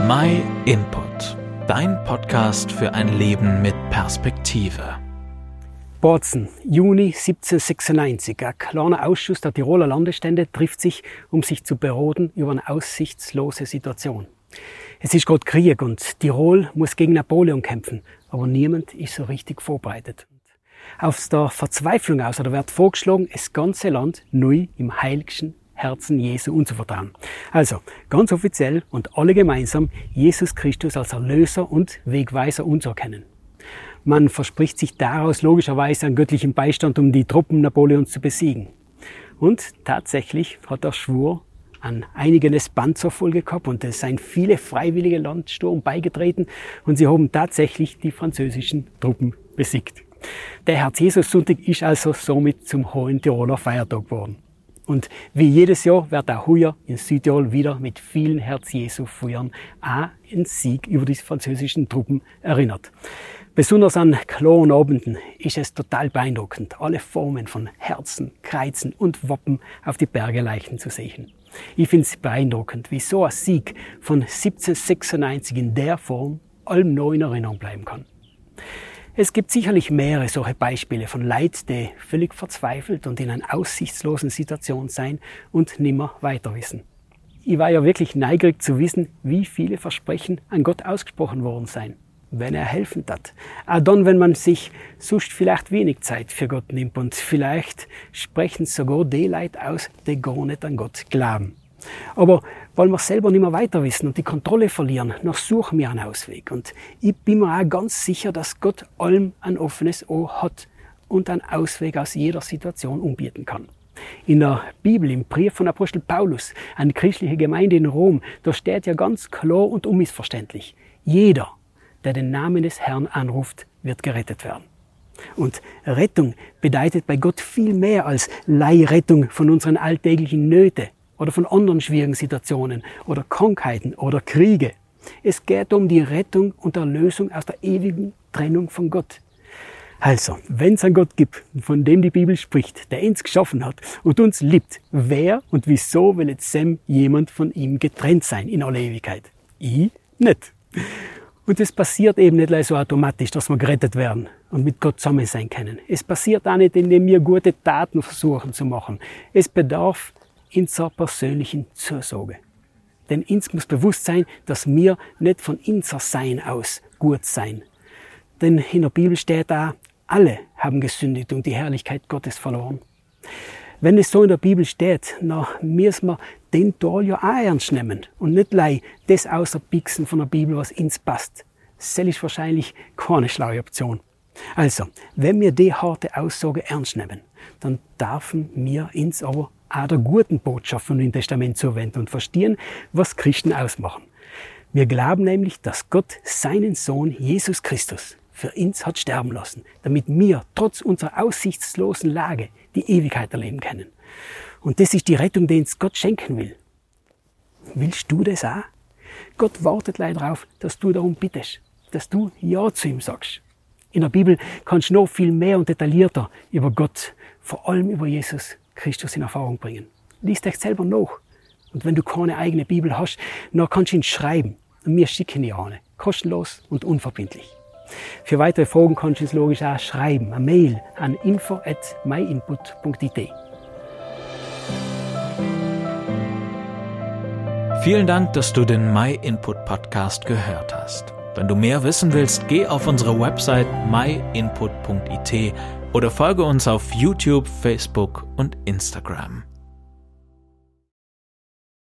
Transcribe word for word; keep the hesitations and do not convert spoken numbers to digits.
My Input, dein Podcast für ein Leben mit Perspektive. Bozen, Juni siebzehnhundertsechsundneunzig. Ein kleiner Ausschuss der Tiroler Landestände trifft sich, um sich zu beraten über eine aussichtslose Situation. Es ist gerade Krieg und Tirol muss gegen Napoleon kämpfen, aber niemand ist so richtig vorbereitet. Aus der Verzweiflung aus wird vorgeschlagen, das ganze Land neu im heiligsten Herzen Jesu anzuvertrauen. Also, ganz offiziell und alle gemeinsam Jesus Christus als Erlöser und Wegweiser anzuerkennen. Man verspricht sich daraus logischerweise einen göttlichen Beistand, um die Truppen Napoleons zu besiegen. Und tatsächlich hat der Schwur an einiges Band zur Folge gehabt und es seien viele freiwillige Landsturm beigetreten und sie haben tatsächlich die französischen Truppen besiegt. Der Herz-Jesus-Sonntag ist also somit zum hohen Tiroler Feiertag geworden. Und wie jedes Jahr wird auch heuer in Südtirol wieder mit vielen Herz-Jesu-Feiern auch ein Sieg über die französischen Truppen erinnert. Besonders an klaren Abenden ist es total beeindruckend, alle Formen von Herzen, Kreuzen und Wappen auf die Bergeleichen zu sehen. Ich finde es beeindruckend, wie so ein Sieg von siebzehnhundertsechsundneunzig in der Form allem noch in Erinnerung bleiben kann. Es gibt sicherlich mehrere solche Beispiele von Leid, die völlig verzweifelt und in einer aussichtslosen Situation sein und nimmer weiter wissen. Ich war ja wirklich neugierig zu wissen, wie viele Versprechen an Gott ausgesprochen worden seien, wenn er helfen hat. Auch dann, wenn man sich sonst vielleicht wenig Zeit für Gott nimmt und vielleicht sprechen sogar die Leute aus, die gar nicht an Gott glauben. Aber weil wir selber nicht mehr weiter wissen und die Kontrolle verlieren, noch suchen wir einen Ausweg. Und ich bin mir auch ganz sicher, dass Gott allem ein offenes Ohr hat und einen Ausweg aus jeder Situation anbieten kann. In der Bibel, im Brief von Apostel Paulus an die christliche Gemeinde in Rom, da steht ja ganz klar und unmissverständlich: Jeder, der den Namen des Herrn anruft, wird gerettet werden. Und Rettung bedeutet bei Gott viel mehr als Leihrettung von unseren alltäglichen Nöten oder von anderen schwierigen Situationen oder Krankheiten oder Kriege. Es geht um die Rettung und Erlösung aus der ewigen Trennung von Gott. Also, wenn es einen Gott gibt, von dem die Bibel spricht, der uns geschaffen hat und uns liebt, wer und wieso will jetzt Sam jemand von ihm getrennt sein in aller Ewigkeit? Ich nicht. Und es passiert eben nicht so automatisch, dass wir gerettet werden und mit Gott zusammen sein können. Es passiert auch nicht, indem wir gute Taten versuchen zu machen. Es bedarf unserer persönlichen Zusorge. Denn uns muss bewusst sein, dass wir nicht von unser Sein aus gut sein. Denn in der Bibel steht da, alle haben gesündigt und die Herrlichkeit Gottes verloren. Wenn es so in der Bibel steht, dann müssen wir den Teil ja auch ernst nehmen und nicht gleich das außerpixen von der Bibel, was uns passt. Das ist wahrscheinlich keine schlaue Option. Also, wenn wir die harte Aussage ernst nehmen, dann dürfen wir uns aber auch der guten Botschaft vom Neuen Testament zuwenden und verstehen, was Christen ausmachen. Wir glauben nämlich, dass Gott seinen Sohn Jesus Christus für uns hat sterben lassen, damit wir trotz unserer aussichtslosen Lage die Ewigkeit erleben können. Und das ist die Rettung, die uns Gott schenken will. Willst du das auch? Gott wartet leider darauf, dass du darum bittest, dass du Ja zu ihm sagst. In der Bibel kannst du noch viel mehr und detaillierter über Gott, vor allem über Jesus Christus in Erfahrung bringen. Lies dich selber nach. Und wenn du keine eigene Bibel hast, dann kannst du ihn schreiben. Und wir schicken dir eine. Kostenlos und unverbindlich. Für weitere Fragen kannst du uns logisch auch schreiben. Eine Mail an info at myinput punkt i t. Vielen Dank, dass du den My Input Podcast gehört hast. Wenn du mehr wissen willst, geh auf unsere Website my input punkt i t oder folge uns auf YouTube, Facebook und Instagram.